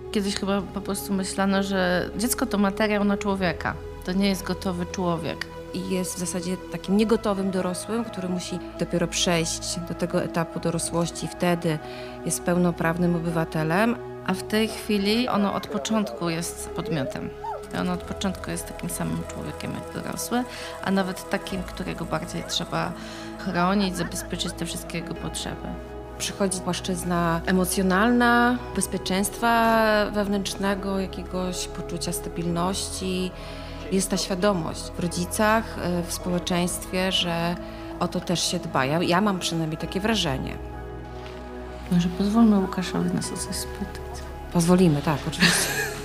Kiedyś chyba po prostu myślano, że dziecko to materiał na człowieka. To nie jest gotowy człowiek. I jest w zasadzie takim niegotowym dorosłym, który musi dopiero przejść do tego etapu dorosłości. Wtedy jest pełnoprawnym obywatelem. A w tej chwili ono od początku jest podmiotem. Ono od początku jest takim samym człowiekiem jak dorosły, a nawet takim, którego bardziej trzeba chronić, zabezpieczyć te wszystkie jego potrzeby. Przychodzi płaszczyzna emocjonalna, bezpieczeństwa wewnętrznego, jakiegoś poczucia stabilności. Jest ta świadomość w rodzicach, w społeczeństwie, że o to też się dba. Ja mam przynajmniej takie wrażenie. Może pozwólmy Łukaszowi nas o coś spytać. Pozwolimy, tak, oczywiście.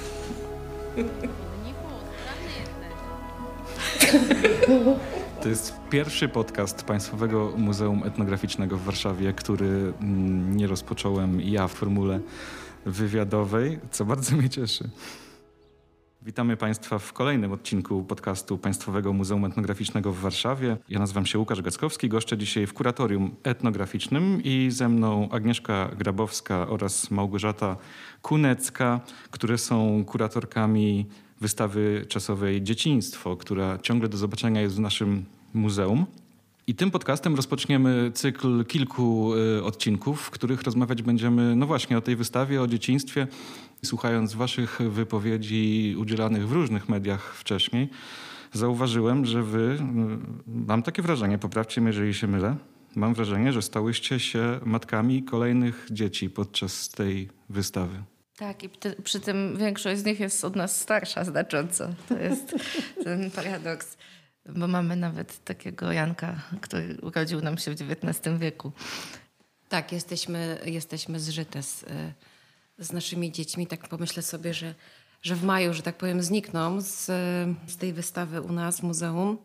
To jest pierwszy podcast Państwowego Muzeum Etnograficznego w Warszawie, który nie rozpocząłem ja w formule wywiadowej, co bardzo mnie cieszy. Witamy Państwa w kolejnym odcinku podcastu Państwowego Muzeum Etnograficznego w Warszawie. Ja nazywam się Łukasz Gackowski, goszczę dzisiaj w Kuratorium Etnograficznym i ze mną Agnieszka Grabowska oraz Małgorzata Kunecka, które są kuratorkami wystawy czasowej Dzieciństwo, która ciągle do zobaczenia jest w naszym muzeum. I tym podcastem rozpoczniemy cykl kilku odcinków, w których rozmawiać będziemy no właśnie o tej wystawie, o dzieciństwie. Słuchając waszych wypowiedzi udzielanych w różnych mediach wcześniej, zauważyłem, że wy, mam takie wrażenie, poprawcie mnie, jeżeli się mylę, mam wrażenie, że stałyście się matkami kolejnych dzieci podczas tej wystawy. Tak, i przy tym większość z nich jest od nas starsza znacząco. To jest ten paradoks. Bo mamy nawet takiego Janka, który urodził nam się w XIX wieku. Tak, jesteśmy zżyte z naszymi dziećmi. Tak pomyślę sobie, że w maju, że tak powiem, znikną z tej wystawy u nas w muzeum.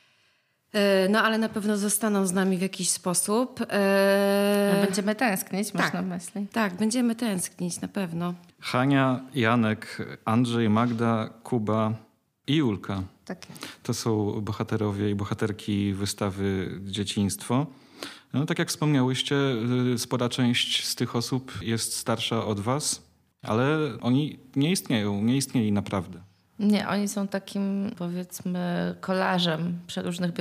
No ale na pewno zostaną z nami w jakiś sposób. A będziemy tęsknić, masz na myśli? Tak, będziemy tęsknić na pewno. Hania, Janek, Andrzej, Magda, Kuba i Julka. Tak. To są bohaterowie i bohaterki wystawy Dzieciństwo. No, tak jak wspomniałyście, spora część z tych osób jest starsza od was, ale oni nie istnieli naprawdę. Nie, oni są takim, powiedzmy, kolażem przeróżnych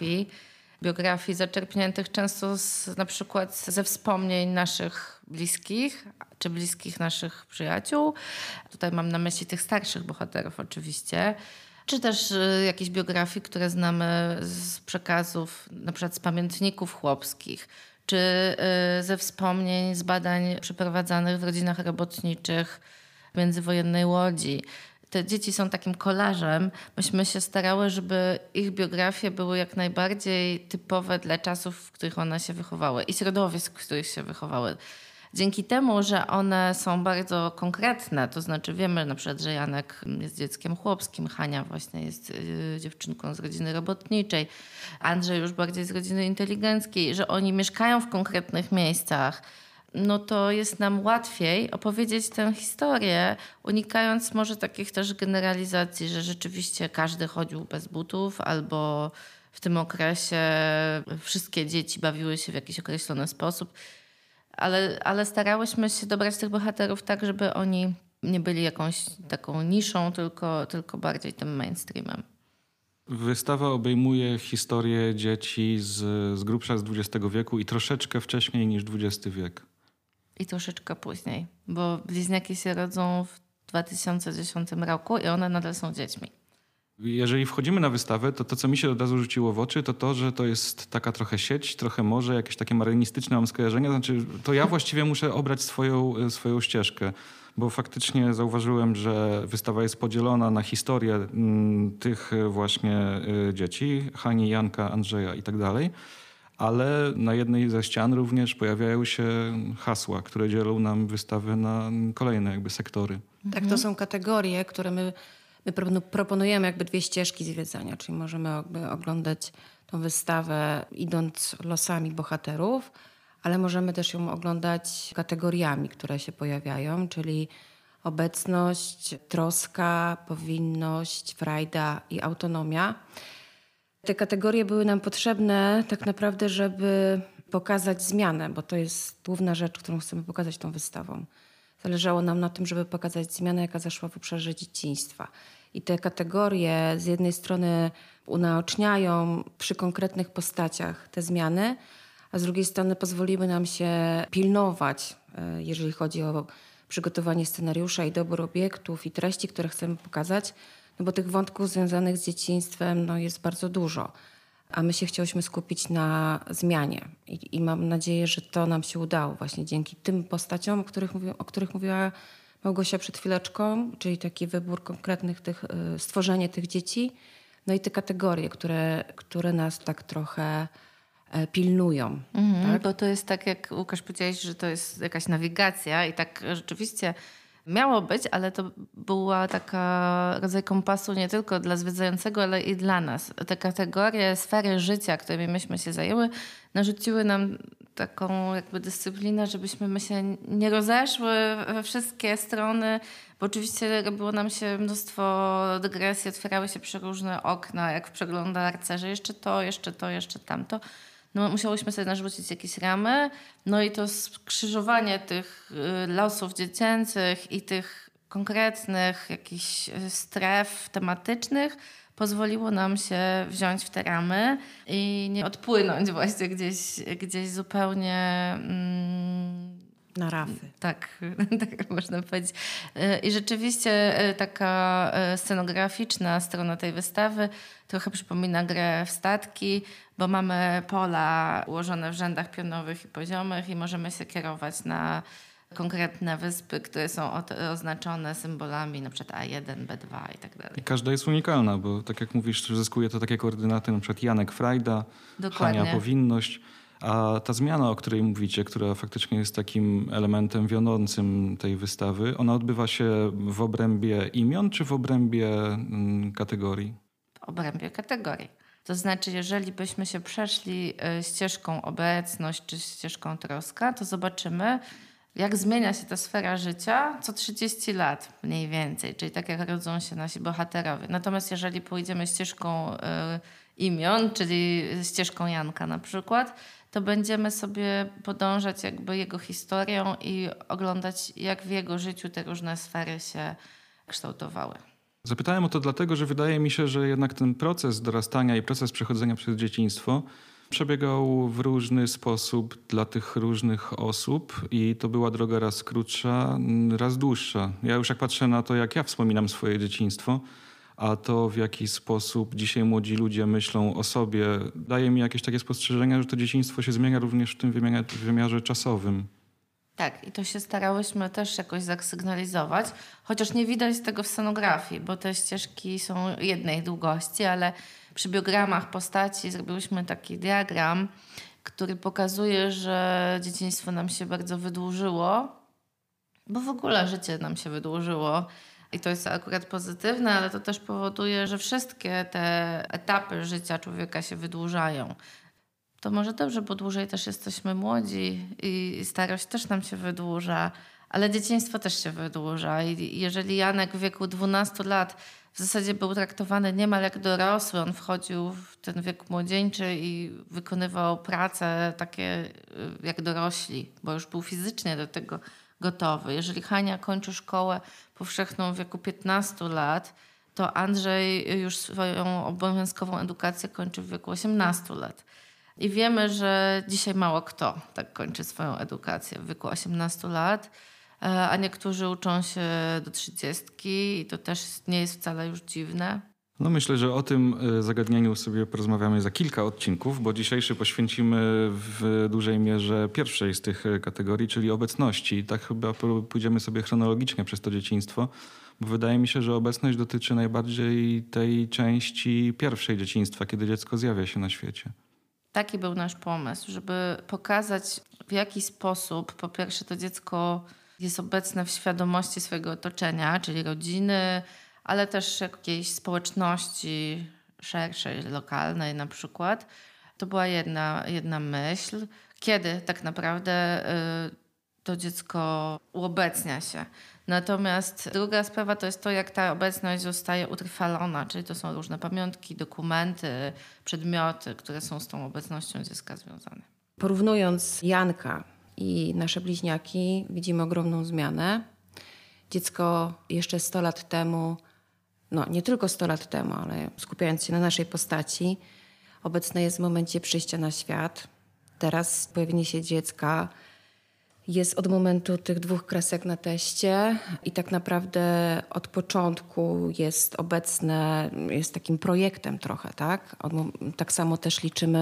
biografii zaczerpniętych często na przykład ze wspomnień naszych bliskich, czy bliskich naszych przyjaciół. Tutaj mam na myśli tych starszych bohaterów oczywiście. Czy też jakieś biografie, które znamy z przekazów, na przykład z pamiętników chłopskich, czy ze wspomnień, z badań przeprowadzanych w rodzinach robotniczych międzywojennej Łodzi. Te dzieci są takim kolażem. Myśmy się starały, żeby ich biografie były jak najbardziej typowe dla czasów, w których one się wychowały i środowisk, w których się wychowały. Dzięki temu, że one są bardzo konkretne, to znaczy wiemy na przykład, że Janek jest dzieckiem chłopskim, Hania właśnie jest dziewczynką z rodziny robotniczej, Andrzej już bardziej z rodziny inteligenckiej, że oni mieszkają w konkretnych miejscach, no to jest nam łatwiej opowiedzieć tę historię, unikając może takich też generalizacji, że rzeczywiście każdy chodził bez butów albo w tym okresie wszystkie dzieci bawiły się w jakiś określony sposób. Ale starałyśmy się dobrać tych bohaterów tak, żeby oni nie byli jakąś taką niszą, tylko bardziej tym mainstreamem. Wystawa obejmuje historię dzieci z grubsza z XX wieku i troszeczkę wcześniej niż XX wiek. I troszeczkę później, bo bliźniaki się rodzą w 2010 roku i one nadal są dziećmi. Jeżeli wchodzimy na wystawę, to co mi się od razu rzuciło w oczy, to, że to jest taka trochę sieć, trochę morze, jakieś takie marynistyczne mam skojarzenia. Znaczy, to ja właściwie muszę obrać swoją ścieżkę, bo faktycznie zauważyłem, że wystawa jest podzielona na historię tych właśnie dzieci, Hani, Janka, Andrzeja i tak dalej. Ale na jednej ze ścian również pojawiają się hasła, które dzielą nam wystawę na kolejne jakby sektory. Tak, to są kategorie, które my proponujemy jakby dwie ścieżki zwiedzania, czyli możemy oglądać tą wystawę idąc losami bohaterów, ale możemy też ją oglądać kategoriami, które się pojawiają, czyli obecność, troska, powinność, frajda i autonomia. Te kategorie były nam potrzebne tak naprawdę, żeby pokazać zmianę, bo to jest główna rzecz, którą chcemy pokazać tą wystawą. zależało nam na tym, żeby pokazać zmianę, jaka zaszła w obszarze dzieciństwa. I te kategorie z jednej strony unaoczniają przy konkretnych postaciach te zmiany, a z drugiej strony pozwoliły nam się pilnować, jeżeli chodzi o przygotowanie scenariusza i dobór obiektów i treści, które chcemy pokazać, no bo tych wątków związanych z dzieciństwem jest bardzo dużo. A my się chciałyśmy skupić na zmianie. I mam nadzieję, że to nam się udało właśnie dzięki tym postaciom, o których mówiła Małgosia przed chwileczką, czyli taki wybór konkretnych stworzenie tych dzieci, no i te kategorie, które nas tak trochę pilnują. Tak? Bo to jest tak, jak Łukasz powiedziałeś, że to jest jakaś nawigacja i tak rzeczywiście miało być, ale to była taka rodzaj kompasu nie tylko dla zwiedzającego, ale i dla nas. Te kategorie, sfery życia, którymi myśmy się zajęły, narzuciły nam taką jakby dyscyplinę, żebyśmy my się nie rozeszły we wszystkie strony, bo oczywiście robiło nam się mnóstwo dygresji, otwierały się przeróżne okna, jak w przeglądarce, że jeszcze to, jeszcze tamto. No, musiałyśmy sobie narzucić jakieś ramy, no i to skrzyżowanie tych losów dziecięcych i tych konkretnych jakichś stref tematycznych pozwoliło nam się wziąć w te ramy i nie odpłynąć właśnie gdzieś zupełnie... Na rafy. Tak, tak można powiedzieć. I rzeczywiście taka scenograficzna strona tej wystawy trochę przypomina grę w statki, bo mamy pola ułożone w rzędach pionowych i poziomych i możemy się kierować na konkretne wyspy, które są oznaczone symbolami na przykład A1, B2 i tak dalej. I każda jest unikalna, bo tak jak mówisz, zyskuje to takie koordynaty, na przykład Janek Frajda, Dokładnie. Hania Powinność. A ta zmiana, o której mówicie, która faktycznie jest takim elementem wiodącym tej wystawy, ona odbywa się w obrębie imion czy w obrębie kategorii? W obrębie kategorii. To znaczy, jeżeli byśmy się przeszli ścieżką obecność czy ścieżką troska, to zobaczymy, jak zmienia się ta sfera życia co 30 lat mniej więcej, czyli tak jak rodzą się nasi bohaterowie. Natomiast jeżeli pójdziemy ścieżką imion, czyli ścieżką Janka na przykład, to będziemy sobie podążać jakby jego historią i oglądać, jak w jego życiu te różne sfery się kształtowały. Zapytałem o to dlatego, że wydaje mi się, że jednak ten proces dorastania i proces przechodzenia przez dzieciństwo przebiegał w różny sposób dla tych różnych osób i to była droga raz krótsza, raz dłuższa. Ja już jak patrzę na to, jak ja wspominam swoje dzieciństwo, a to w jaki sposób dzisiaj młodzi ludzie myślą o sobie, daje mi jakieś takie spostrzeżenia, że to dzieciństwo się zmienia również w tym wymiarze czasowym. Tak, i to się starałyśmy też jakoś zasygnalizować, chociaż nie widać tego w scenografii, bo te ścieżki są jednej długości, ale przy biogramach postaci zrobiłyśmy taki diagram, który pokazuje, że dzieciństwo nam się bardzo wydłużyło, bo w ogóle życie nam się wydłużyło. I to jest akurat pozytywne, ale to też powoduje, że wszystkie te etapy życia człowieka się wydłużają. To może dobrze, bo dłużej też jesteśmy młodzi i starość też nam się wydłuża, ale dzieciństwo też się wydłuża. I jeżeli Janek w wieku 12 lat w zasadzie był traktowany niemal jak dorosły, on wchodził w ten wiek młodzieńczy i wykonywał prace takie jak dorośli, bo już był fizycznie do tego gotowy. Jeżeli Hania kończy szkołę powszechną w wieku 15 lat, to Andrzej już swoją obowiązkową edukację kończy w wieku 18 lat. I wiemy, że dzisiaj mało kto tak kończy swoją edukację w wieku 18 lat, a niektórzy uczą się do 30 i to też nie jest wcale już dziwne. No myślę, że o tym zagadnieniu sobie porozmawiamy za kilka odcinków, bo dzisiejszy poświęcimy w dużej mierze pierwszej z tych kategorii, czyli obecności. Tak chyba pójdziemy sobie chronologicznie przez to dzieciństwo, bo wydaje mi się, że obecność dotyczy najbardziej tej części pierwszej dzieciństwa, kiedy dziecko zjawia się na świecie. Taki był nasz pomysł, żeby pokazać, w jaki sposób po pierwsze to dziecko jest obecne w świadomości swojego otoczenia, czyli rodziny, ale też jakiejś społeczności szerszej, lokalnej na przykład. To była jedna myśl. Kiedy tak naprawdę to dziecko uobecnia się. Natomiast druga sprawa to jest to, jak ta obecność zostaje utrwalona, czyli to są różne pamiątki, dokumenty, przedmioty, które są z tą obecnością dziecka związane. Porównując Janka i nasze bliźniaki widzimy ogromną zmianę. Dziecko jeszcze 100 lat temu, no nie tylko 100 lat temu, ale skupiając się na naszej postaci, obecne jest w momencie przyjścia na świat. Teraz pojawienie się dziecka jest od momentu tych 2 kresek na teście i tak naprawdę od początku jest obecne, jest takim projektem trochę, tak? Tak samo też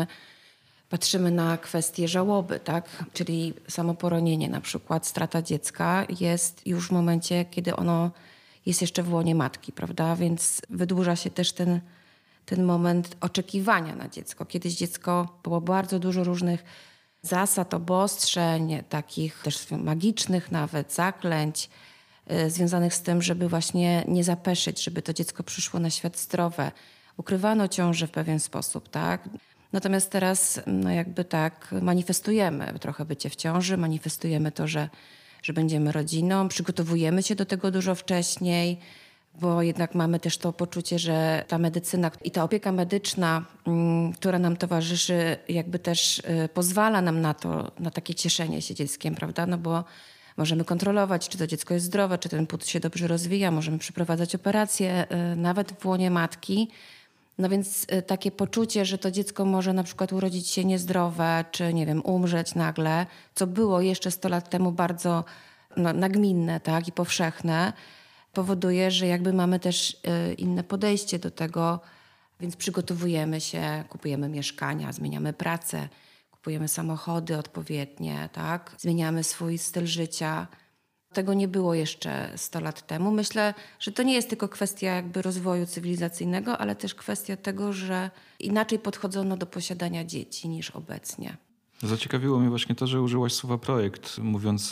patrzymy na kwestię żałoby, tak? Czyli samo poronienie na przykład, strata dziecka jest już w momencie, kiedy ono jest jeszcze w łonie matki, prawda? Więc wydłuża się też ten moment oczekiwania na dziecko. Kiedyś dziecko było bardzo dużo różnych zasad, obostrzeń, takich też magicznych nawet, zaklęć związanych z tym, żeby właśnie nie zapeszyć, żeby to dziecko przyszło na świat zdrowe. Ukrywano ciążę w pewien sposób, tak? Natomiast teraz no jakby tak manifestujemy trochę bycie w ciąży, manifestujemy to, że będziemy rodziną, przygotowujemy się do tego dużo wcześniej, bo jednak mamy też to poczucie, że ta medycyna i ta opieka medyczna, która nam towarzyszy, jakby też pozwala nam na takie cieszenie się dzieckiem, prawda? No bo możemy kontrolować, czy to dziecko jest zdrowe, czy ten płód się dobrze rozwija, możemy przeprowadzać operacje nawet w łonie matki. No więc takie poczucie, że to dziecko może na przykład urodzić się niezdrowe, czy nie wiem, umrzeć nagle, co było jeszcze 100 lat temu bardzo nagminne, tak, i powszechne, powoduje, że jakby mamy też inne podejście do tego, więc przygotowujemy się, kupujemy mieszkania, zmieniamy pracę, kupujemy samochody odpowiednie, tak, zmieniamy swój styl życia. Tego nie było jeszcze 100 lat temu. Myślę, że to nie jest tylko kwestia jakby rozwoju cywilizacyjnego, ale też kwestia tego, że inaczej podchodzono do posiadania dzieci niż obecnie. Zaciekawiło mnie właśnie to, że użyłaś słowa projekt, mówiąc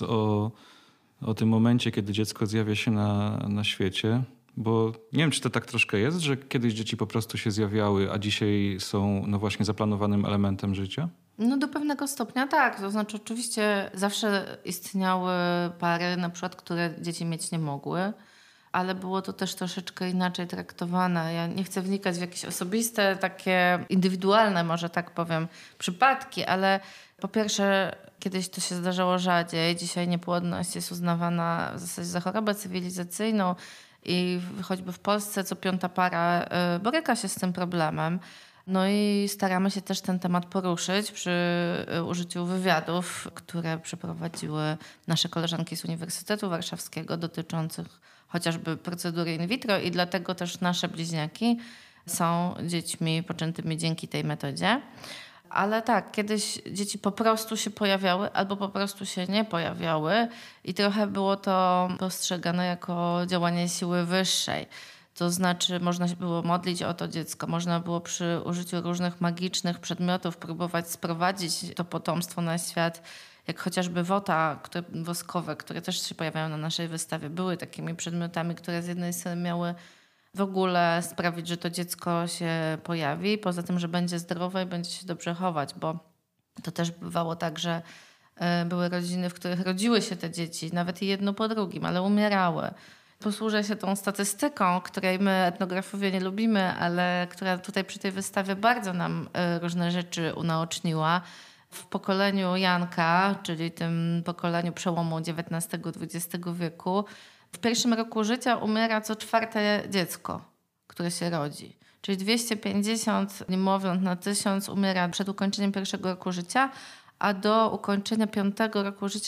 o tym momencie, kiedy dziecko zjawia się na świecie. Bo nie wiem, czy to tak troszkę jest, że kiedyś dzieci po prostu się zjawiały, a dzisiaj są no właśnie zaplanowanym elementem życia? No do pewnego stopnia tak. To znaczy oczywiście zawsze istniały pary, na przykład, które dzieci mieć nie mogły, ale było to też troszeczkę inaczej traktowane. Ja nie chcę wnikać w jakieś osobiste, takie indywidualne, może tak powiem, przypadki, ale po pierwsze kiedyś to się zdarzało rzadziej. Dzisiaj niepłodność jest uznawana w zasadzie za chorobę cywilizacyjną i choćby w Polsce co 5. para boryka się z tym problemem. No i staramy się też ten temat poruszyć przy użyciu wywiadów, które przeprowadziły nasze koleżanki z Uniwersytetu Warszawskiego dotyczących chociażby procedury in vitro i dlatego też nasze bliźniaki są dziećmi poczętymi dzięki tej metodzie. Ale tak, kiedyś dzieci po prostu się pojawiały albo po prostu się nie pojawiały i trochę było to postrzegane jako działanie siły wyższej. To znaczy można się było modlić o to dziecko, można było przy użyciu różnych magicznych przedmiotów próbować sprowadzić to potomstwo na świat, jak chociażby wota woskowe, które też się pojawiają na naszej wystawie, były takimi przedmiotami, które z jednej strony miały w ogóle sprawić, że to dziecko się pojawi, poza tym, że będzie zdrowe i będzie się dobrze chować, bo to też bywało tak, że były rodziny, w których rodziły się te dzieci, nawet i jedno po drugim, ale umierały. Posłużę się tą statystyką, której my etnografowie nie lubimy, ale która tutaj przy tej wystawie bardzo nam różne rzeczy unaoczniła. W pokoleniu Janka, czyli tym pokoleniu przełomu XIX-XX wieku, w pierwszym roku życia umiera co 4. dziecko, które się rodzi. Czyli 250 niemowląt na 1000 umiera przed ukończeniem 1. roku życia, a do ukończenia 5. roku życia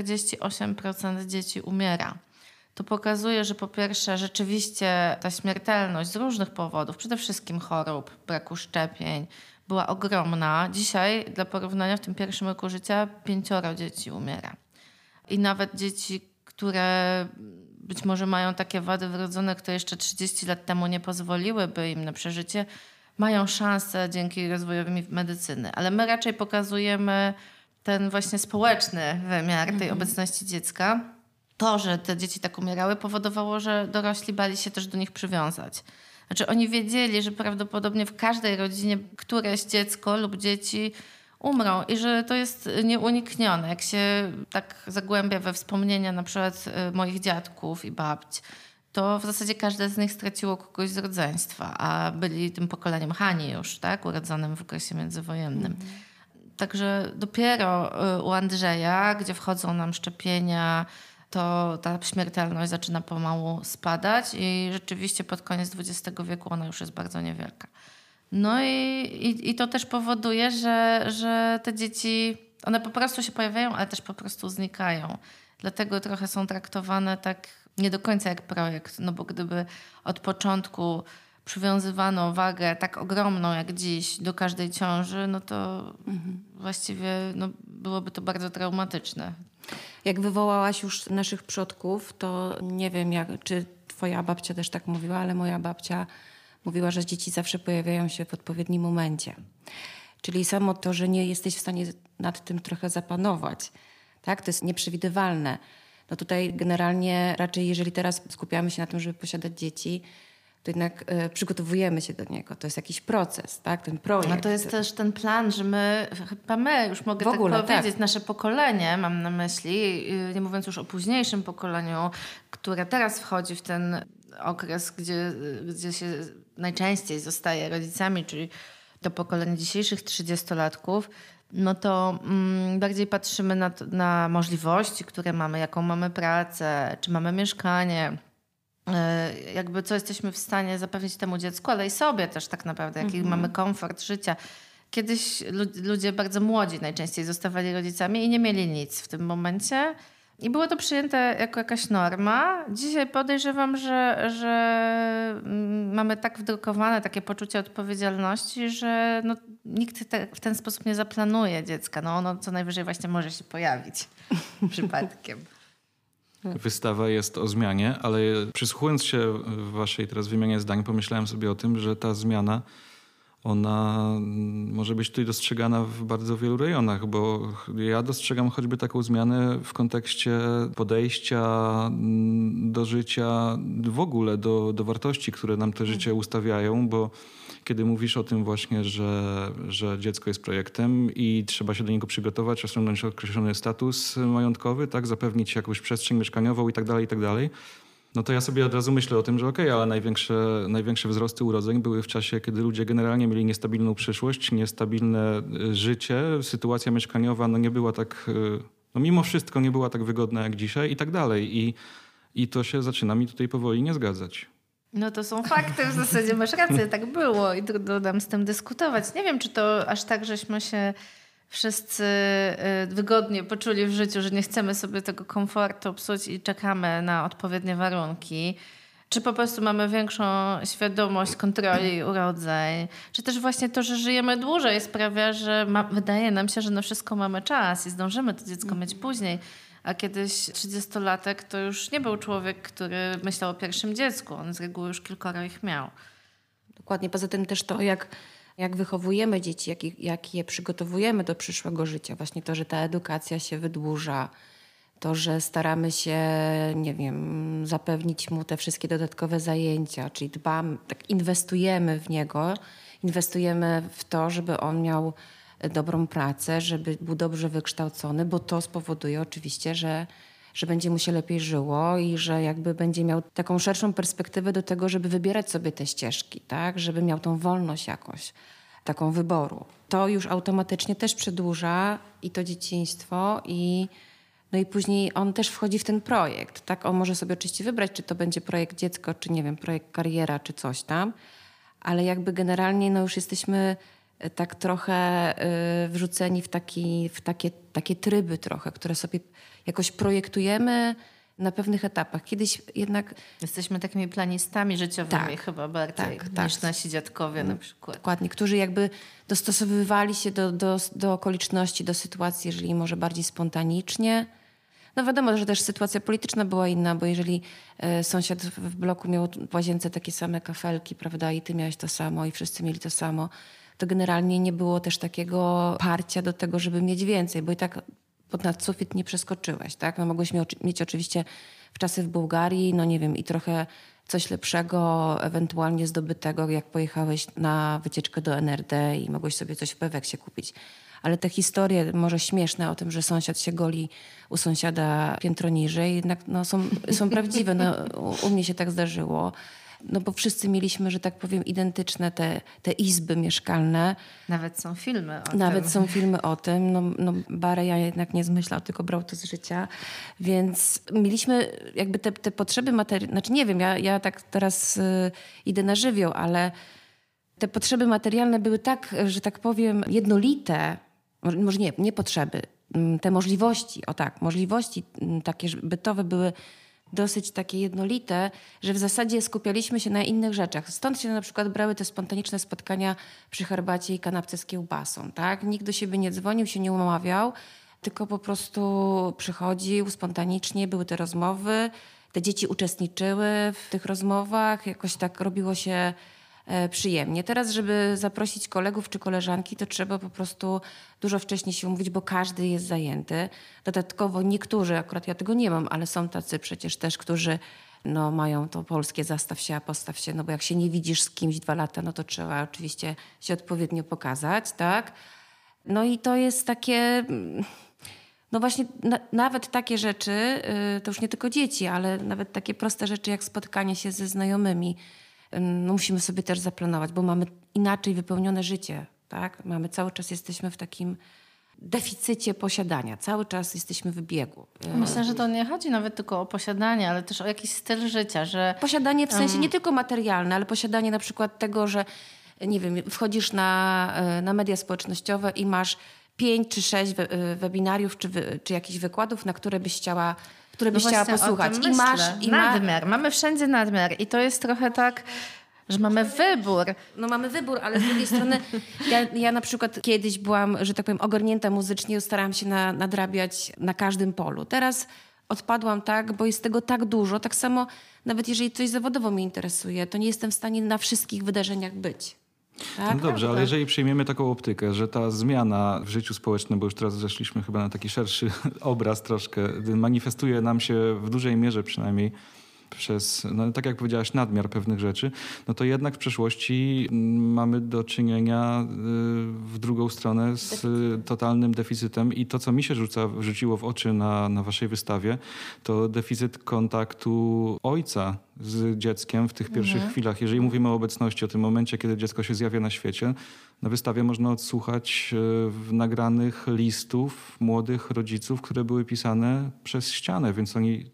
48% dzieci umiera. To pokazuje, że po pierwsze rzeczywiście ta śmiertelność z różnych powodów, przede wszystkim chorób, braku szczepień, była ogromna. Dzisiaj dla porównania w tym 1. roku życia 5 dzieci umiera. I nawet dzieci, które być może mają takie wady wrodzone, które jeszcze 30 lat temu nie pozwoliłyby im na przeżycie, mają szansę dzięki rozwojowi medycyny. Ale my raczej pokazujemy ten właśnie społeczny wymiar tej obecności dziecka. To, że te dzieci tak umierały, powodowało, że dorośli bali się też do nich przywiązać. Znaczy oni wiedzieli, że prawdopodobnie w każdej rodzinie któreś dziecko lub dzieci umrą i że to jest nieuniknione. Jak się tak zagłębia we wspomnienia na przykład moich dziadków i babć, to w zasadzie każde z nich straciło kogoś z rodzeństwa, a byli tym pokoleniem Hani już, tak, urodzonym w okresie międzywojennym. Także dopiero u Andrzeja, gdzie wchodzą nam szczepienia, to ta śmiertelność zaczyna pomału spadać i rzeczywiście pod koniec XX wieku ona już jest bardzo niewielka. No i to też powoduje, że te dzieci, one po prostu się pojawiają, ale też po prostu znikają. Dlatego trochę są traktowane tak nie do końca jak projekt, no bo gdyby od początku przywiązywano wagę tak ogromną jak dziś do każdej ciąży, no to właściwie byłoby to bardzo traumatyczne. Jak wywołałaś już naszych przodków, to nie wiem, czy twoja babcia też tak mówiła, ale moja babcia mówiła, że dzieci zawsze pojawiają się w odpowiednim momencie. Czyli samo to, że nie jesteś w stanie nad tym trochę zapanować, tak? To jest nieprzewidywalne. No tutaj generalnie raczej, jeżeli teraz skupiamy się na tym, żeby posiadać dzieci, to jednak przygotowujemy się do niego. To jest jakiś proces, tak? Ten projekt. No to jest też ten plan, że my, już mogę tak powiedzieć, nasze pokolenie, mam na myśli, nie mówiąc już o późniejszym pokoleniu, które teraz wchodzi w ten okres, gdzie się najczęściej zostaje rodzicami, czyli to pokolenie dzisiejszych 30-latków, no to bardziej patrzymy na możliwości, które mamy, jaką mamy pracę, czy mamy mieszkanie, jakby co jesteśmy w stanie zapewnić temu dziecku, ale i sobie też tak naprawdę, jaki mamy komfort życia. Kiedyś ludzie bardzo młodzi najczęściej zostawali rodzicami i nie mieli nic w tym momencie. I było to przyjęte jako jakaś norma. Dzisiaj podejrzewam, że mamy tak wdrukowane takie poczucie odpowiedzialności, że nikt w ten sposób nie zaplanuje dziecka. Ono co najwyżej właśnie może się pojawić przypadkiem. Wystawa jest o zmianie, ale przysłuchując się w waszej teraz wymianie zdań, pomyślałem sobie o tym, że ta zmiana, ona może być tutaj dostrzegana w bardzo wielu rejonach, bo ja dostrzegam choćby taką zmianę w kontekście podejścia do życia, w ogóle do wartości, które nam to życie ustawiają, bo kiedy mówisz o tym właśnie, że dziecko jest projektem i trzeba się do niego przygotować, osiągnąć określony status majątkowy, tak, zapewnić jakąś przestrzeń mieszkaniową i tak dalej, no to ja sobie od razu myślę o tym, że ale największe wzrosty urodzeń były w czasie, kiedy ludzie generalnie mieli niestabilną przyszłość, niestabilne życie, sytuacja mieszkaniowa nie była tak, mimo wszystko nie była tak wygodna jak dzisiaj i tak dalej. I to się zaczyna mi tutaj powoli nie zgadzać. No to są fakty, w zasadzie masz rację, tak było i trudno nam z tym dyskutować. Nie wiem, czy to aż tak, żeśmy się wszyscy wygodnie poczuli w życiu, że nie chcemy sobie tego komfortu psuć i czekamy na odpowiednie warunki. Czy po prostu mamy większą świadomość kontroli urodzeń, czy też właśnie to, że żyjemy dłużej sprawia, że wydaje nam się, że na wszystko mamy czas i zdążymy to dziecko mieć później. A kiedyś 30-latek to już nie był człowiek, który myślał o pierwszym dziecku. On z reguły już kilkoro ich miał. Dokładnie. Poza tym też to, jak wychowujemy dzieci, jak je przygotowujemy do przyszłego życia. Właśnie to, że ta edukacja się wydłuża. To, że staramy się, zapewnić mu te wszystkie dodatkowe zajęcia. Czyli inwestujemy w niego. Inwestujemy w to, żeby on miał dobrą pracę, żeby był dobrze wykształcony, bo to spowoduje oczywiście, że będzie mu się lepiej żyło i że jakby będzie miał taką szerszą perspektywę do tego, żeby wybierać sobie te ścieżki, tak? Żeby miał tą wolność jakoś, taką wyboru. To już automatycznie też przedłuża i to dzieciństwo i później on też wchodzi w ten projekt, tak? On może sobie oczywiście wybrać, czy to będzie projekt dziecko, czy projekt kariera, czy coś tam, ale jakby generalnie już jesteśmy tak trochę wrzuceni w takie tryby trochę, które sobie jakoś projektujemy na pewnych etapach. Kiedyś jednak... Jesteśmy takimi planistami życiowymi chyba bardziej niż nasi dziadkowie na przykład. Dokładnie, którzy jakby dostosowywali się do okoliczności, do sytuacji, jeżeli może bardziej spontanicznie. No wiadomo, że też sytuacja polityczna była inna, bo jeżeli sąsiad w bloku miał w łazience takie same kafelki, prawda, i ty miałeś to samo i wszyscy mieli to samo, to generalnie nie było też takiego parcia do tego, żeby mieć więcej, bo i tak ponad sufit nie przeskoczyłeś, tak? Mogłeś mieć oczywiście wczasy w Bułgarii, i trochę coś lepszego, ewentualnie zdobytego, jak pojechałeś na wycieczkę do NRD i mogłeś sobie coś w Peweksie kupić. Ale te historie, może śmieszne, o tym, że sąsiad się goli u sąsiada piętro niżej, jednak są prawdziwe. U mnie się tak zdarzyło. no bo wszyscy mieliśmy, że tak powiem, identyczne te izby mieszkalne. Nawet są filmy o tym. No Barry ja jednak nie zmyślał, tylko brał to z życia. Więc mieliśmy jakby te potrzeby materialne, znaczy nie wiem, ja tak teraz idę na żywioł, ale te potrzeby materialne były tak, że tak powiem, jednolite. Może nie potrzeby, te możliwości, możliwości takie bytowe były dosyć takie jednolite, że w zasadzie skupialiśmy się na innych rzeczach. Stąd się na przykład brały te spontaniczne spotkania przy herbacie i kanapce z kiełbasą. Tak? Nikt do siebie nie dzwonił, się nie umawiał, tylko po prostu przychodził spontanicznie, były te rozmowy, te dzieci uczestniczyły w tych rozmowach, jakoś tak robiło się przyjemnie. Teraz, żeby zaprosić kolegów czy koleżanki, to trzeba po prostu dużo wcześniej się umówić, bo każdy jest zajęty. Dodatkowo niektórzy, akurat ja tego nie mam, ale są tacy przecież też, którzy mają to polskie zastaw się, a postaw się, bo jak się nie widzisz z kimś 2 lata, no to trzeba oczywiście się odpowiednio pokazać, tak? No i to jest takie... No właśnie nawet takie rzeczy, to już nie tylko dzieci, ale nawet takie proste rzeczy jak spotkanie się ze znajomymi, musimy sobie też zaplanować, bo mamy inaczej wypełnione życie. Tak? Cały czas jesteśmy w takim deficycie posiadania. Cały czas jesteśmy w biegu. Myślę, że to nie chodzi nawet tylko o posiadanie, ale też o jakiś styl życia. Że posiadanie w sensie nie tylko materialne, ale posiadanie na przykład tego, że nie wiem, wchodzisz na media społecznościowe i masz 5 czy 6 webinariów czy jakichś wykładów, na które byś chciała posłuchać. Nadmiar. Mamy wszędzie nadmiar i to jest trochę tak, że mamy wybór. No mamy wybór, ale z drugiej strony ja na przykład kiedyś byłam, że tak powiem, ogarnięta muzycznie, starałam się nadrabiać na każdym polu. Teraz odpadłam bo jest tego tak dużo. Tak samo nawet jeżeli coś zawodowo mnie interesuje, to nie jestem w stanie na wszystkich wydarzeniach być. Tak? No dobrze, ale jeżeli przyjmiemy taką optykę, że ta zmiana w życiu społecznym, bo już teraz zeszliśmy chyba na taki szerszy obraz troszkę, manifestuje nam się w dużej mierze przynajmniej przez, tak jak powiedziałaś, nadmiar pewnych rzeczy, no to jednak w przeszłości mamy do czynienia w drugą stronę z totalnym deficytem i to, co mi się rzuciło w oczy na waszej wystawie, to deficyt kontaktu ojca z dzieckiem w tych pierwszych chwilach. Jeżeli mówimy o obecności, o tym momencie, kiedy dziecko się zjawia na świecie, na wystawie można odsłuchać nagranych listów młodych rodziców, które były pisane przez ścianę, więc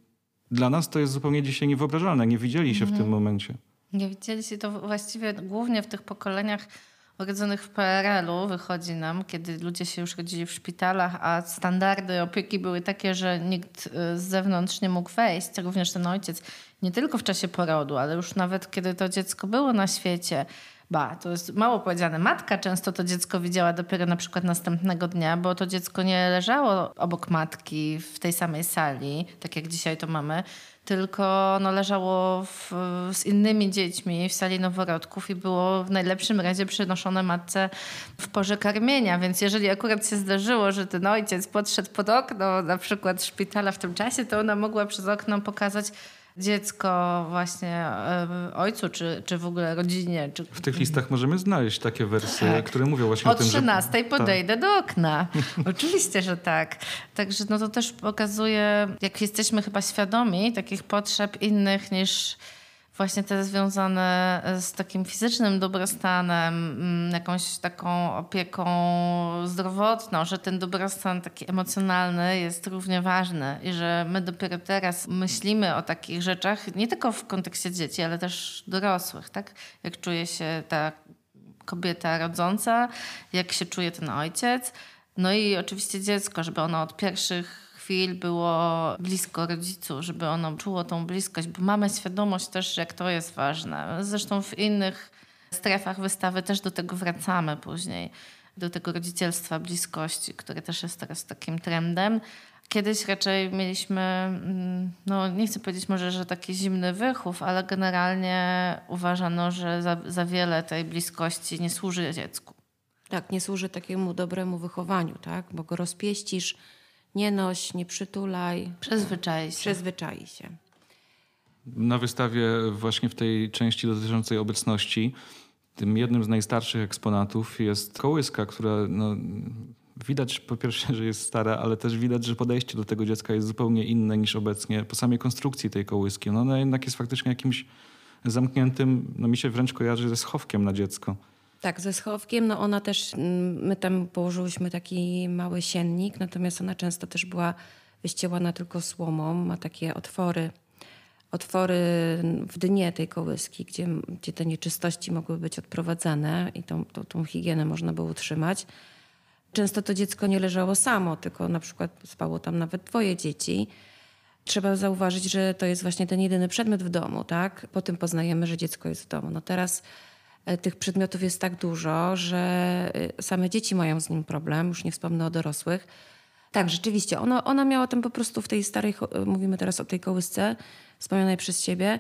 dla nas to jest zupełnie dzisiaj niewyobrażalne. Nie widzieli się w tym momencie. Nie widzieli się to właściwie głównie w tych pokoleniach urodzonych w PRL-u wychodzi nam, kiedy ludzie się już rodzili w szpitalach, a standardy opieki były takie, że nikt z zewnątrz nie mógł wejść, również ten ojciec. Nie tylko w czasie porodu, ale już nawet kiedy to dziecko było na świecie. To jest mało powiedziane. Matka często to dziecko widziała dopiero na przykład następnego dnia, bo to dziecko nie leżało obok matki w tej samej sali, tak jak dzisiaj to mamy, tylko leżało z innymi dziećmi w sali noworodków i było w najlepszym razie przynoszone matce w porze karmienia. Więc jeżeli akurat się zdarzyło, że ten ojciec podszedł pod okno na przykład szpitala w tym czasie, to ona mogła przez okno pokazać dziecko właśnie ojcu, czy w ogóle rodzinie. W tych listach możemy znaleźć takie wersje, które mówią właśnie o tym, że... O 13 podejdę do okna. Oczywiście, że tak. Także to też pokazuje, jak jesteśmy chyba świadomi takich potrzeb innych niż właśnie te związane z takim fizycznym dobrostanem, jakąś taką opieką zdrowotną, że ten dobrostan taki emocjonalny jest równie ważny i że my dopiero teraz myślimy o takich rzeczach, nie tylko w kontekście dzieci, ale też dorosłych, tak? Jak czuje się ta kobieta rodząca, jak się czuje ten ojciec, no i oczywiście dziecko, żeby ono od pierwszych chwil było blisko rodzicu, żeby ono czuło tą bliskość, bo mamy świadomość też, jak to jest ważne. Zresztą w innych strefach wystawy też do tego wracamy później, do tego rodzicielstwa, bliskości, które też jest teraz takim trendem. Kiedyś raczej mieliśmy, nie chcę powiedzieć może, że taki zimny wychów, ale generalnie uważano, że za wiele tej bliskości nie służy dziecku. Tak, nie służy takiemu dobremu wychowaniu, tak? Bo go rozpieścisz, nie noś, nie przytulaj. Przyzwyczai się. Na wystawie właśnie w tej części dotyczącej obecności tym jednym z najstarszych eksponatów jest kołyska, która widać po pierwsze, że jest stara, ale też widać, że podejście do tego dziecka jest zupełnie inne niż obecnie po samej konstrukcji tej kołyski. Ona jednak jest faktycznie jakimś zamkniętym, no mi się wręcz kojarzy ze schowkiem na dziecko. Tak, ze schowkiem. No ona też, my tam położyłyśmy taki mały siennik, natomiast ona często też była wyścielana tylko słomą. Ma takie otwory w dnie tej kołyski, gdzie te nieczystości mogły być odprowadzane i tą higienę można było utrzymać. Często to dziecko nie leżało samo, tylko na przykład spało tam nawet 2 dzieci. Trzeba zauważyć, że to jest właśnie ten jedyny przedmiot w domu, tak? Po tym poznajemy, że dziecko jest w domu. No teraz tych przedmiotów jest tak dużo, że same dzieci mają z nim problem, już nie wspomnę o dorosłych. Tak, rzeczywiście, ona miała tam po prostu w tej starej, mówimy teraz o tej kołysce wspomnianej przez ciebie.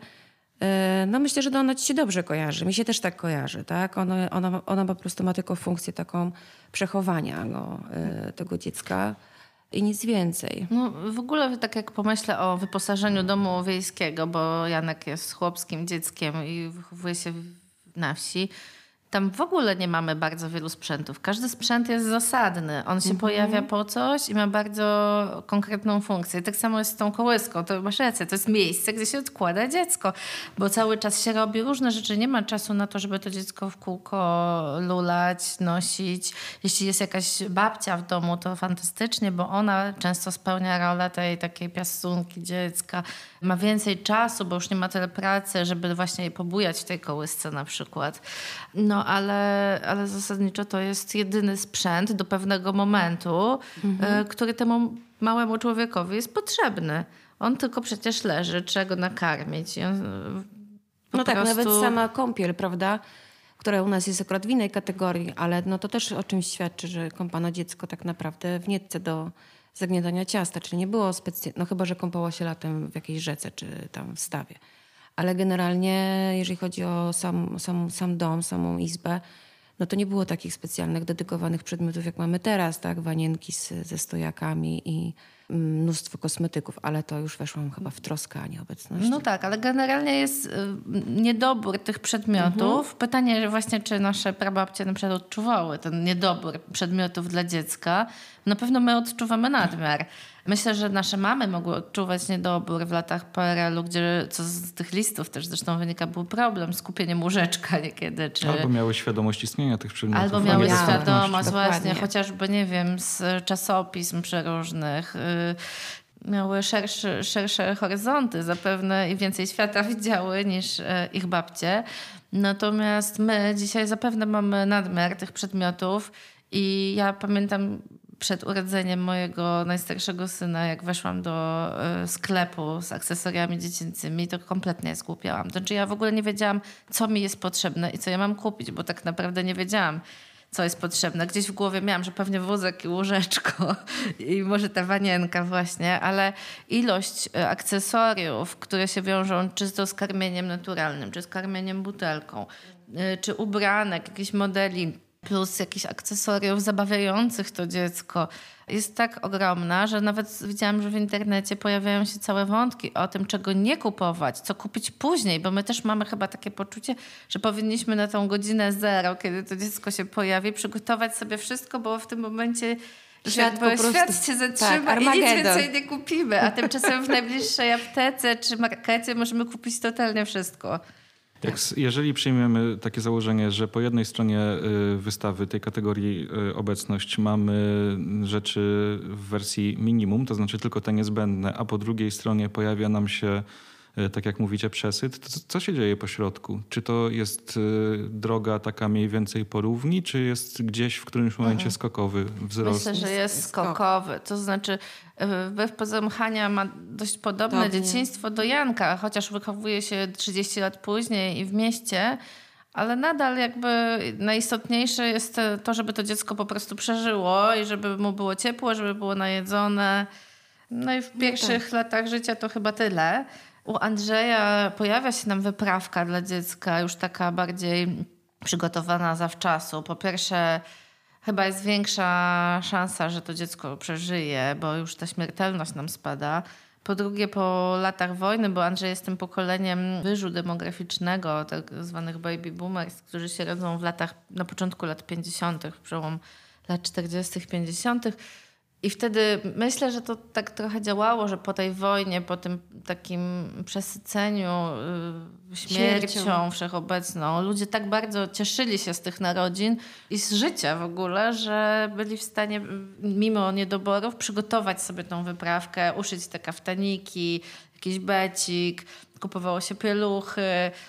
No myślę, że ona ci się dobrze kojarzy. Mi się też tak kojarzy, tak? Ona po prostu ma tylko funkcję taką przechowania tego dziecka i nic więcej. No w ogóle tak jak pomyślę o wyposażeniu domu wiejskiego, bo Janek jest chłopskim dzieckiem i wychowuje się na wsi, tam w ogóle nie mamy bardzo wielu sprzętów. Każdy sprzęt jest zasadny. On się pojawia po coś i ma bardzo konkretną funkcję. Tak samo jest z tą kołyską. To masz rację, to jest miejsce, gdzie się odkłada dziecko. Bo cały czas się robi różne rzeczy. Nie ma czasu na to, żeby to dziecko w kółko lulać, nosić. Jeśli jest jakaś babcia w domu, to fantastycznie, bo ona często spełnia rolę tej takiej piastunki dziecka. Ma więcej czasu, bo już nie ma tyle pracy, żeby właśnie je pobujać w tej kołysce na przykład. No ale zasadniczo to jest jedyny sprzęt do pewnego momentu, który temu małemu człowiekowi jest potrzebny. On tylko przecież leży, trzeba go nakarmić. I on no tak, nawet sama kąpiel, prawda? Która u nas jest akurat w innej kategorii, ale no to też o czymś świadczy, że kąpano dziecko tak naprawdę w nietce do zagniatania ciasta, czyli nie było specjalnie, no chyba, że kąpało się latem w jakiejś rzece czy tam w stawie. Ale generalnie, jeżeli chodzi o sam dom, samą izbę, no to nie było takich specjalnych, dedykowanych przedmiotów, jak mamy teraz, tak? Wanienki ze stojakami i mnóstwo kosmetyków, ale to już weszłam chyba w troskę, a nie obecność. No tak, ale generalnie jest niedobór tych przedmiotów. Pytanie właśnie, czy nasze prababcie na przykład odczuwały ten niedobór przedmiotów dla dziecka. Na pewno my odczuwamy nadmiar. Myślę, że nasze mamy mogły odczuwać niedobór w latach PRL-u, gdzie, co z tych listów też zresztą wynika, był problem z kupieniem łóżeczka niekiedy. Albo miały świadomość istnienia tych przedmiotów. Albo miały świadomość właśnie, dokładnie. chociażby, nie wiem, z czasopism przeróżnych. Miały szersze horyzonty zapewne i więcej świata widziały niż ich babcie. Natomiast my dzisiaj zapewne mamy nadmiar tych przedmiotów i ja pamiętam przed urodzeniem mojego najstarszego syna, jak weszłam do sklepu z akcesoriami dziecięcymi, to kompletnie zgłupiałam. To znaczy ja w ogóle nie wiedziałam, co mi jest potrzebne i co ja mam kupić, bo tak naprawdę nie wiedziałam, co jest potrzebne. Gdzieś w głowie miałam, że pewnie wózek i łóżeczko i może ta wanienka właśnie, ale ilość akcesoriów, które się wiążą czy to z karmieniem naturalnym, czy z karmieniem butelką, czy ubranek, jakichś modeli, plus jakichś akcesoriów zabawiających to dziecko jest tak ogromna, że nawet widziałam, że w internecie pojawiają się całe wątki o tym, czego nie kupować, co kupić później, bo my też mamy chyba takie poczucie, że powinniśmy na tą godzinę zero, kiedy to dziecko się pojawi, przygotować sobie wszystko, bo w tym momencie świat się zatrzyma tak, i nic więcej nie kupimy, a tymczasem w najbliższej aptece czy markecie możemy kupić totalnie wszystko. Jeżeli przyjmiemy takie założenie, że po jednej stronie wystawy tej kategorii obecność mamy rzeczy w wersji minimum, to znaczy tylko te niezbędne, a po drugiej stronie pojawia nam się, tak jak mówicie, przesyt, to co się dzieje po środku? Czy to jest droga taka mniej więcej po równi, czy jest gdzieś w którymś momencie skokowy wzrost? Myślę, że jest skokowy. To znaczy wbrew pozorom Hania ma dość podobne dzieciństwo do Janka, chociaż wychowuje się 30 lat później i w mieście, ale nadal jakby najistotniejsze jest to, żeby to dziecko po prostu przeżyło i żeby mu było ciepło, żeby było najedzone. No i w pierwszych latach życia to chyba tyle. U Andrzeja pojawia się nam wyprawka dla dziecka, już taka bardziej przygotowana zawczasu. Po pierwsze, chyba jest większa szansa, że to dziecko przeżyje, bo już ta śmiertelność nam spada. Po drugie, po latach wojny, bo Andrzej jest tym pokoleniem wyżu demograficznego, tak zwanych baby boomers, którzy się rodzą na początku lat 50., przełom lat 40., 50., I wtedy myślę, że to tak trochę działało, że po tej wojnie, po tym takim przesyceniu śmiercią wszechobecną, ludzie tak bardzo cieszyli się z tych narodzin i z życia w ogóle, że byli w stanie mimo niedoborów przygotować sobie tą wyprawkę, uszyć te kaftaniki, jakiś becik, kupowało się pieluchy,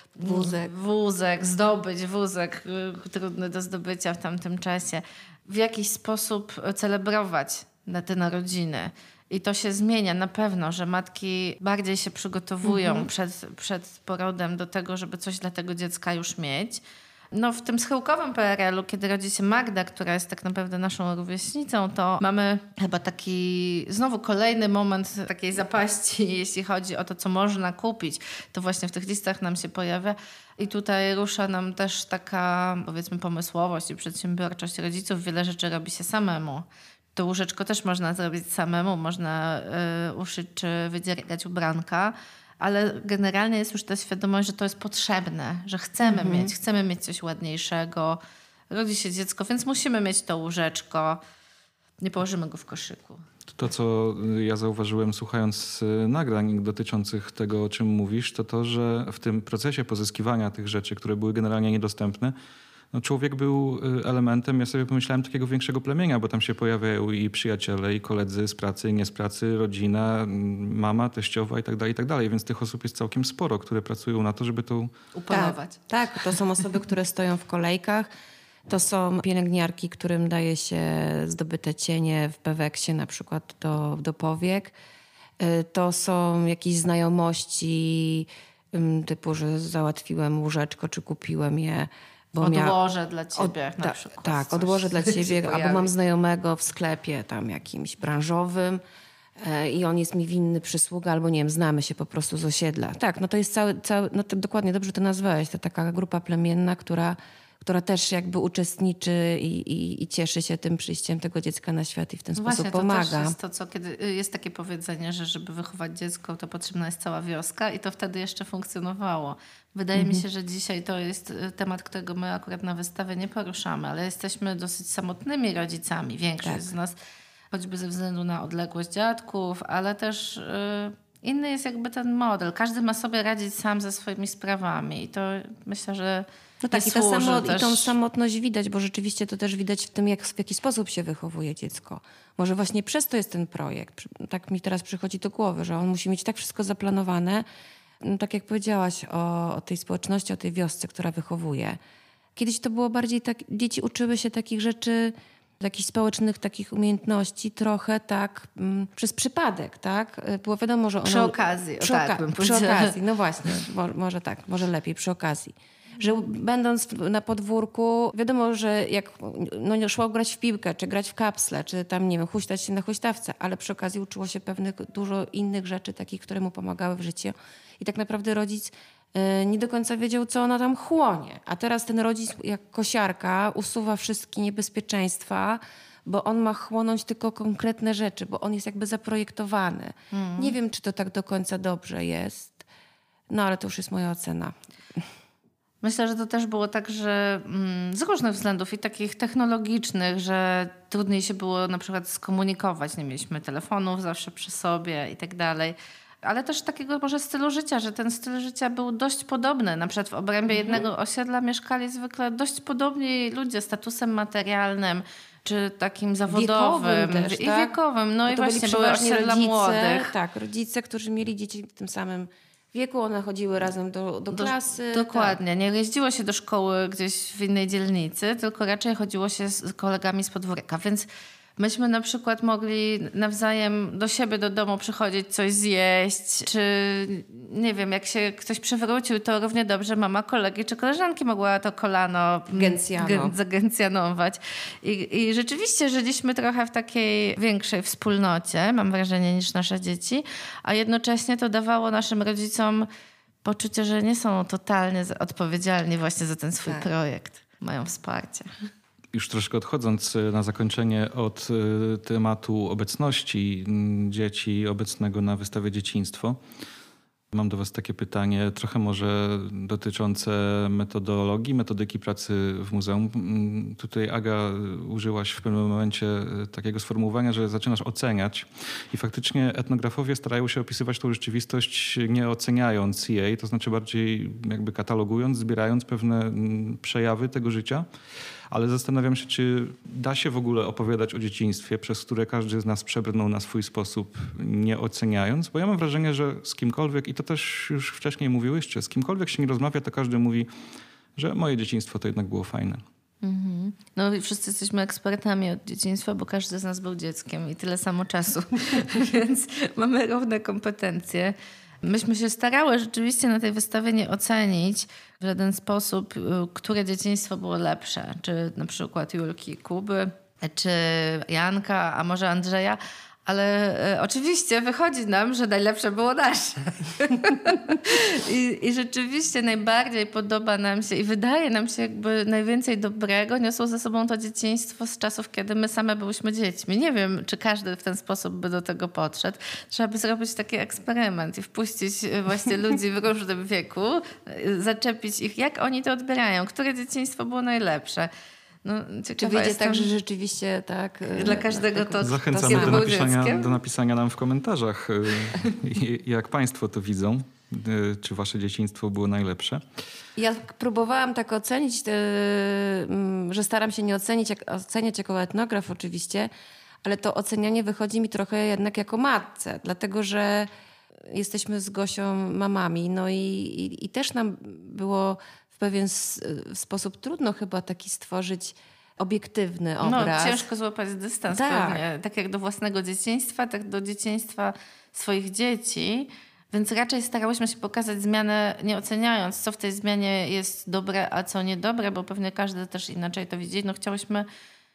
wózek, zdobyć wózek trudny do zdobycia w tamtym czasie. W jakiś sposób celebrować na te narodziny. I to się zmienia na pewno, że matki bardziej się przygotowują przed porodem do tego, żeby coś dla tego dziecka już mieć. No w tym schyłkowym PRL-u, kiedy rodzi się Magda, która jest tak naprawdę naszą rówieśnicą, to mamy chyba taki znowu kolejny moment takiej zapaści, jeśli chodzi o to, co można kupić. To właśnie w tych listach nam się pojawia. I tutaj rusza nam też taka, powiedzmy, pomysłowość i przedsiębiorczość rodziców. Wiele rzeczy robi się samemu. To łóżeczko też można zrobić samemu, można uszyć czy wydziergać ubranka, ale generalnie jest już ta świadomość, że to jest potrzebne, że chcemy mieć coś ładniejszego. Rodzi się dziecko, więc musimy mieć to łóżeczko. Nie położymy go w koszyku. To, co ja zauważyłem słuchając nagrań dotyczących tego, o czym mówisz, to, że w tym procesie pozyskiwania tych rzeczy, które były generalnie niedostępne, no człowiek był elementem, ja sobie pomyślałem, takiego większego plemienia, bo tam się pojawiają i przyjaciele, i koledzy z pracy, i nie z pracy, rodzina, mama, teściowa i tak dalej. Więc tych osób jest całkiem sporo, które pracują na to, żeby to upolować. Tak, to są osoby, które stoją w kolejkach. To są pielęgniarki, którym daje się zdobyte cienie w Peweksie na przykład do powiek. To są jakieś znajomości typu, że załatwiłem łóżeczko, czy kupiłem je. Odłożę dla ciebie na przykład. Tak, odłożę dla ciebie, albo mam znajomego w sklepie tam jakimś branżowym i on jest mi winny przysługę, albo nie wiem, znamy się po prostu z osiedla. Tak, no to jest no to dokładnie dobrze to nazwałeś, to taka grupa plemienna, która też jakby uczestniczy i cieszy się tym przyjściem tego dziecka na świat i w ten sposób pomaga. To też jest to, co kiedy jest takie powiedzenie, że żeby wychować dziecko, to potrzebna jest cała wioska i to wtedy jeszcze funkcjonowało. Wydaje mi się, że dzisiaj to jest temat, którego my akurat na wystawie nie poruszamy, ale jesteśmy dosyć samotnymi rodzicami, większość z nas, choćby ze względu na odległość dziadków, ale też inny jest jakby ten model. Każdy ma sobie radzić sam ze swoimi sprawami i to myślę, że no tak, i tą samotność widać, bo rzeczywiście to też widać w tym, w jaki sposób się wychowuje dziecko. Może właśnie przez to jest ten projekt. Tak mi teraz przychodzi do głowy, że on musi mieć tak wszystko zaplanowane. No, tak jak powiedziałaś o tej społeczności, o tej wiosce, która wychowuje. Kiedyś to było bardziej tak, dzieci uczyły się takich rzeczy, jakichś społecznych takich umiejętności trochę tak przez przypadek, tak? Było wiadomo, że przy okazji. Przy okazji, no właśnie, może tak, może lepiej przy okazji. Że będąc na podwórku, wiadomo, że jak szło grać w piłkę, czy grać w kapsle, czy tam, nie wiem, huśtać się na huśtawce, ale przy okazji uczyło się pewnych dużo innych rzeczy, takich, które mu pomagały w życiu. I tak naprawdę rodzic nie do końca wiedział, co ona tam chłonie. A teraz ten rodzic, jak kosiarka, usuwa wszystkie niebezpieczeństwa, bo on ma chłonąć tylko konkretne rzeczy, bo on jest jakby zaprojektowany. Nie wiem, czy to tak do końca dobrze jest, no ale to już jest moja ocena. Myślę, że to też było tak, że z różnych względów i takich technologicznych, że trudniej się było na przykład skomunikować. Nie mieliśmy telefonów zawsze przy sobie i tak dalej. Ale też takiego może stylu życia, że ten styl życia był dość podobny. Na przykład w obrębie jednego osiedla mieszkali zwykle dość podobni ludzie statusem materialnym czy takim zawodowym. Wiekowym też, i wiekowym. No i właśnie były osiedla młodych. Tak, rodzice, którzy mieli dzieci w tym samym wieku, one chodziły razem do klasy. Dokładnie. Tak. Nie jeździło się do szkoły gdzieś w innej dzielnicy, tylko raczej chodziło się z kolegami z podwórka. Więc myśmy na przykład mogli nawzajem do siebie, do domu przychodzić, coś zjeść, czy nie wiem, jak się ktoś przewrócił, to równie dobrze mama kolegi czy koleżanki mogła to kolano zagencjanować. I rzeczywiście żyliśmy trochę w takiej większej wspólnocie, mam wrażenie, niż nasze dzieci, a jednocześnie to dawało naszym rodzicom poczucie, że nie są totalnie odpowiedzialni właśnie za ten swój projekt. Mają wsparcie. Już troszkę odchodząc na zakończenie od tematu obecności dzieci obecnego na wystawie Dzieciństwo, Mam do was takie pytanie, trochę może dotyczące metodologii, metodyki pracy w muzeum. Tutaj Aga użyłaś w pewnym momencie takiego sformułowania, że zaczynasz oceniać i faktycznie etnografowie starają się opisywać tą rzeczywistość nie oceniając jej, to znaczy bardziej jakby katalogując, zbierając pewne przejawy tego życia. Ale zastanawiam się, czy da się w ogóle opowiadać o dzieciństwie, przez które każdy z nas przebrnął na swój sposób, nie oceniając. Bo ja mam wrażenie, że z kimkolwiek, i to też już wcześniej mówiłeś, czy z kimkolwiek się nie rozmawia, to każdy mówi, że moje dzieciństwo to jednak było fajne. Mhm. No i wszyscy jesteśmy ekspertami od dzieciństwa, bo każdy z nas był dzieckiem i tyle samo czasu, więc mamy równe kompetencje. Myśmy się starały rzeczywiście na tej wystawie nie ocenić w żaden sposób, które dzieciństwo było lepsze. Czy na przykład Julki, Kuby, czy Janka, a może Andrzeja. Ale oczywiście wychodzi nam, że najlepsze było nasze. I rzeczywiście najbardziej podoba nam się i wydaje nam się jakby najwięcej dobrego niosło ze sobą to dzieciństwo z czasów, kiedy my same byłyśmy dziećmi. Nie wiem, czy każdy w ten sposób by do tego podszedł. Trzeba by zrobić taki eksperyment i wpuścić właśnie ludzi w różnym wieku, zaczepić ich, jak oni to odbierają, które dzieciństwo było najlepsze. No, czy wyjdzie tak, że rzeczywiście tak... Dla każdego to zachęcamy do napisania nam w komentarzach, jak państwo to widzą, czy wasze dzieciństwo było najlepsze. Ja próbowałam tak ocenić, że staram się nie oceniać jako etnograf oczywiście, ale to ocenianie wychodzi mi trochę jednak jako matce, dlatego że jesteśmy z Gosią mamami, no i też nam było w pewien sposób trudno chyba taki stworzyć obiektywny obraz. No, ciężko złapać dystans pewnie. Tak jak do własnego dzieciństwa, tak do dzieciństwa swoich dzieci. Więc raczej starałyśmy się pokazać zmianę, nie oceniając, co w tej zmianie jest dobre, a co niedobre, bo pewnie każdy też inaczej to widzi. No chciałyśmy...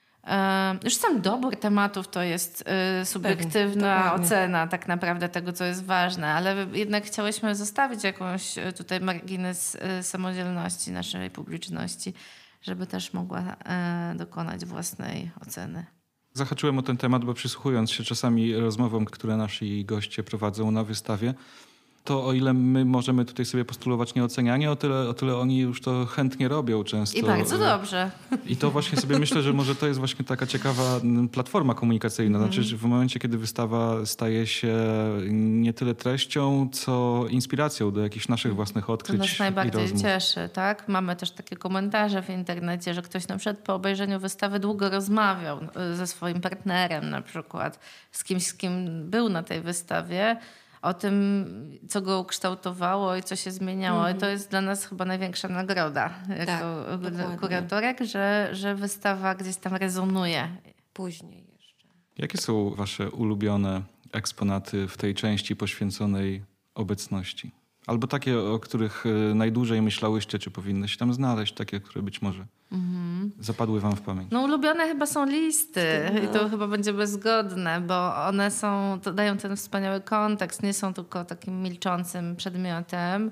Już sam dobór tematów to jest subiektywna ocena tak naprawdę tego, co jest ważne, ale jednak chciałyśmy zostawić jakąś tutaj margines samodzielności naszej publiczności, żeby też mogła dokonać własnej oceny. Zahaczyłem o ten temat, bo przysłuchując się czasami rozmowom, które nasi goście prowadzą na wystawie, to o ile my możemy tutaj sobie postulować nieocenianie, o tyle oni już to chętnie robią często. I bardzo dobrze. I to właśnie sobie myślę, że może to jest właśnie taka ciekawa platforma komunikacyjna. Znaczy, że w momencie, kiedy wystawa staje się nie tyle treścią, co inspiracją do jakichś naszych własnych odkryć. To nas najbardziej cieszy, tak? Mamy też takie komentarze w internecie, że ktoś na przykład po obejrzeniu wystawy długo rozmawiał ze swoim partnerem na przykład, z kimś, z kim był na tej wystawie, o tym, co go ukształtowało i co się zmieniało. I to jest dla nas chyba największa nagroda jako kuratorek, że wystawa gdzieś tam rezonuje. Później jeszcze. Jakie są wasze ulubione eksponaty w tej części poświęconej obecności? Albo takie, o których najdłużej myślałyście, czy powinny się tam znaleźć, takie, które być może zapadły wam w pamięć. No ulubione chyba są listy i to chyba będzie bezgodne, bo one dają ten wspaniały kontekst, nie są tylko takim milczącym przedmiotem,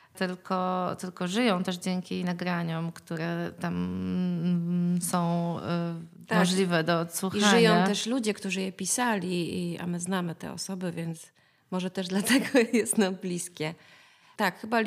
tylko żyją też dzięki nagraniom, które tam są możliwe do odsłuchania. I żyją też ludzie, którzy je pisali, a my znamy te osoby, więc może też dlatego jest nam bliskie. Tak, chyba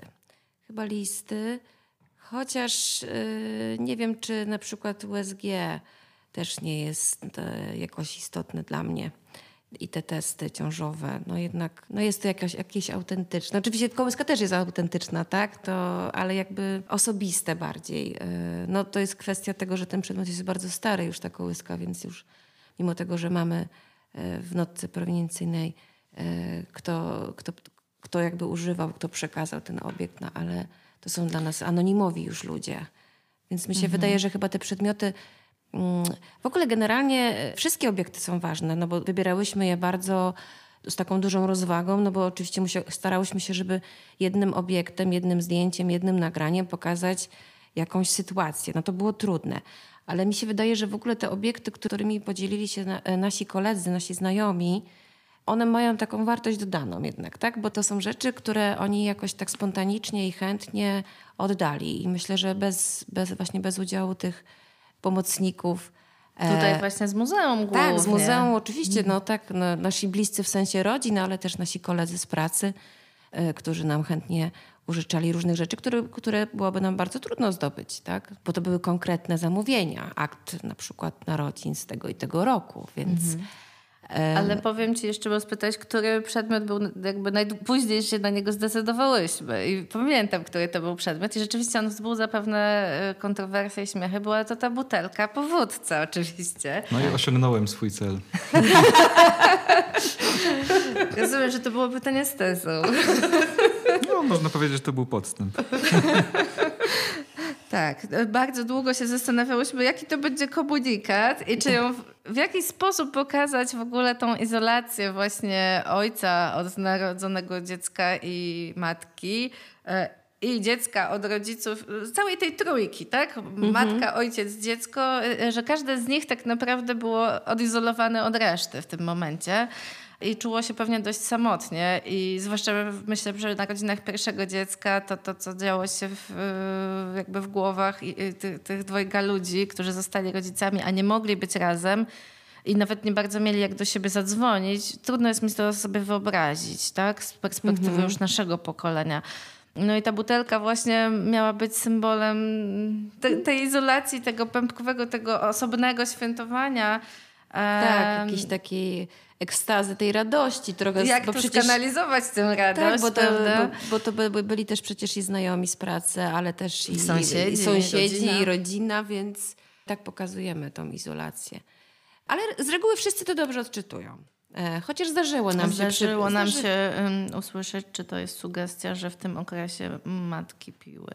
listy. Chociaż nie wiem, czy na przykład USG też nie jest jakoś istotny dla mnie. I te testy ciążowe, no jednak jest to jakieś autentyczne. Oczywiście kołyska też jest autentyczna, tak? Ale jakby osobiste bardziej. No to jest kwestia tego, że ten przedmiot jest bardzo stary już, ta kołyska, więc już mimo tego, że mamy w notce proweniencyjnej kto jakby używał, kto przekazał ten obiekt, no ale to są dla nas anonimowi już ludzie. Więc mi się wydaje, że chyba te przedmioty... W ogóle generalnie wszystkie obiekty są ważne, no bo wybierałyśmy je bardzo z taką dużą rozwagą, no bo oczywiście starałyśmy się, żeby jednym obiektem, jednym zdjęciem, jednym nagraniem pokazać jakąś sytuację. No to było trudne. Ale mi się wydaje, że w ogóle te obiekty, którymi podzielili się nasi koledzy, nasi znajomi, one mają taką wartość dodaną jednak, tak? Bo to są rzeczy, które oni jakoś tak spontanicznie i chętnie oddali. I myślę, że bez udziału tych pomocników. Tutaj właśnie z muzeum głównie. Tak, z muzeum oczywiście. Nasi bliscy w sensie rodzin, ale też nasi koledzy z pracy którzy nam chętnie użyczali różnych rzeczy, które byłoby nam bardzo trudno zdobyć, tak? Bo to były konkretne zamówienia, akt na przykład narodzin z tego i tego roku, więc... Ale powiem ci jeszcze, bo spytałeś, który przedmiot był jakby najpóźniej się na niego zdecydowałyśmy. I pamiętam, który to był przedmiot. I rzeczywiście on wzbudza pewne kontrowersje i śmiechy. Była to ta butelka po wódce oczywiście. No i osiągnąłem swój cel. Rozumiem, że to było pytanie z tezą. No, można powiedzieć, że to był podstęp. Tak, bardzo długo się zastanawiałyśmy, jaki to będzie komunikat i czy ją w jakiś sposób pokazać w ogóle tą izolację właśnie ojca od narodzonego dziecka i matki i dziecka od rodziców, całej tej trójki, tak? Matka, ojciec, dziecko, że każde z nich tak naprawdę było odizolowane od reszty w tym momencie. I czuło się pewnie dość samotnie i zwłaszcza myślę, że na rodzinach pierwszego dziecka to co działo się jakby w głowach tych dwojga ludzi, którzy zostali rodzicami, a nie mogli być razem i nawet nie bardzo mieli jak do siebie zadzwonić. Trudno jest mi to sobie wyobrazić, tak? Z perspektywy już naszego pokolenia. No i ta butelka właśnie miała być symbolem tej izolacji, tego pępkowego, tego osobnego świętowania. Tak, jakiejś takiej ekstazy, tej radości trochę. Jak bo to przecież skanalizować tę radość, tak, bo to byli też przecież i znajomi z pracy, ale też i sąsiedzi i rodzina, więc tak pokazujemy tą izolację. Ale z reguły wszyscy to dobrze odczytują. Chociaż zdarzyło nam się usłyszeć, czy to jest sugestia, że w tym okresie matki piły.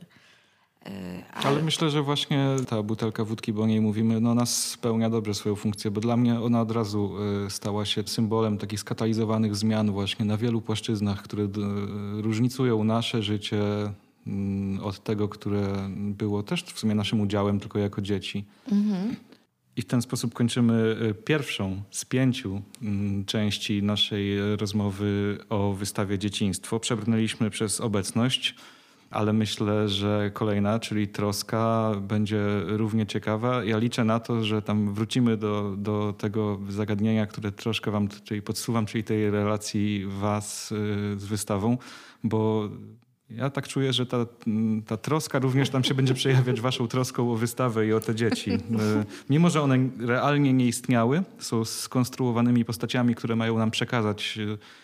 Ale myślę, że właśnie ta butelka wódki, bo o niej mówimy, no ona spełnia dobrze swoją funkcję, bo dla mnie ona od razu stała się symbolem takich skatalizowanych zmian właśnie na wielu płaszczyznach, które różnicują nasze życie od tego, które było też w sumie naszym udziałem, tylko jako dzieci. I w ten sposób kończymy pierwszą z 5 części naszej rozmowy o wystawie Dzieciństwo. Przebrnęliśmy przez obecność, ale myślę, że kolejna, czyli troska, będzie równie ciekawa. Ja liczę na to, że tam wrócimy do tego zagadnienia, które troszkę wam tutaj podsuwam, czyli tej relacji was z wystawą, bo ja tak czuję, że ta troska również tam się będzie przejawiać waszą troską o wystawę i o te dzieci. Mimo że one realnie nie istniały, są skonstruowanymi postaciami, które mają nam przekazać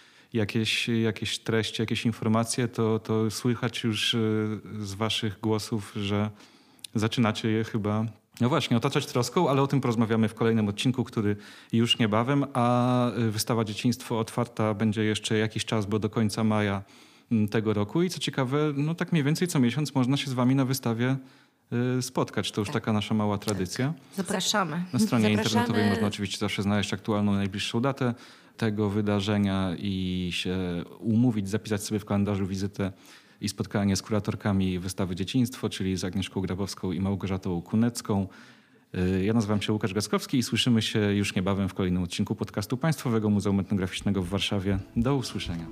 jakieś treści, jakieś informacje, to słychać już z waszych głosów, że zaczynacie je chyba, no właśnie, otaczać troską, ale o tym porozmawiamy w kolejnym odcinku, który już niebawem, a wystawa Dzieciństwo otwarta będzie jeszcze jakiś czas, bo do końca maja tego roku i co ciekawe, no tak mniej więcej co miesiąc można się z wami na wystawie spotkać. To już taka nasza mała tradycja. Zapraszamy. Na stronie internetowej można oczywiście zawsze znaleźć aktualną, najbliższą datę tego wydarzenia i się umówić, zapisać sobie w kalendarzu wizytę i spotkanie z kuratorkami wystawy Dzieciństwo, czyli z Agnieszką Grabowską i Małgorzatą Kunecką. Ja nazywam się Łukasz Gaskowski i słyszymy się już niebawem w kolejnym odcinku podcastu Państwowego Muzeum Etnograficznego w Warszawie. Do usłyszenia.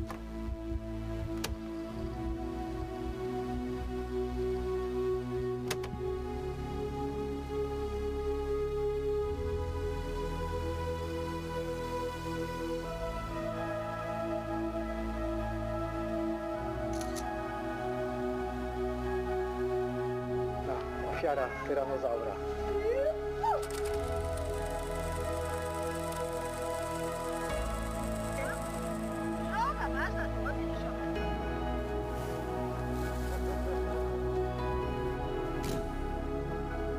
Ofiara tyranozaura.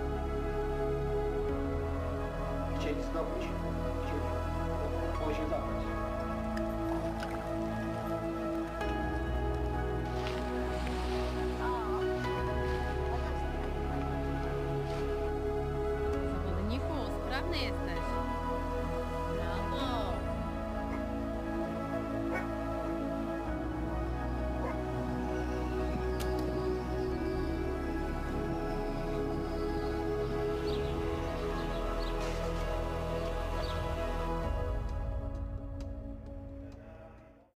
Chcieli zdobyć. Chcieli. Było się zabrać.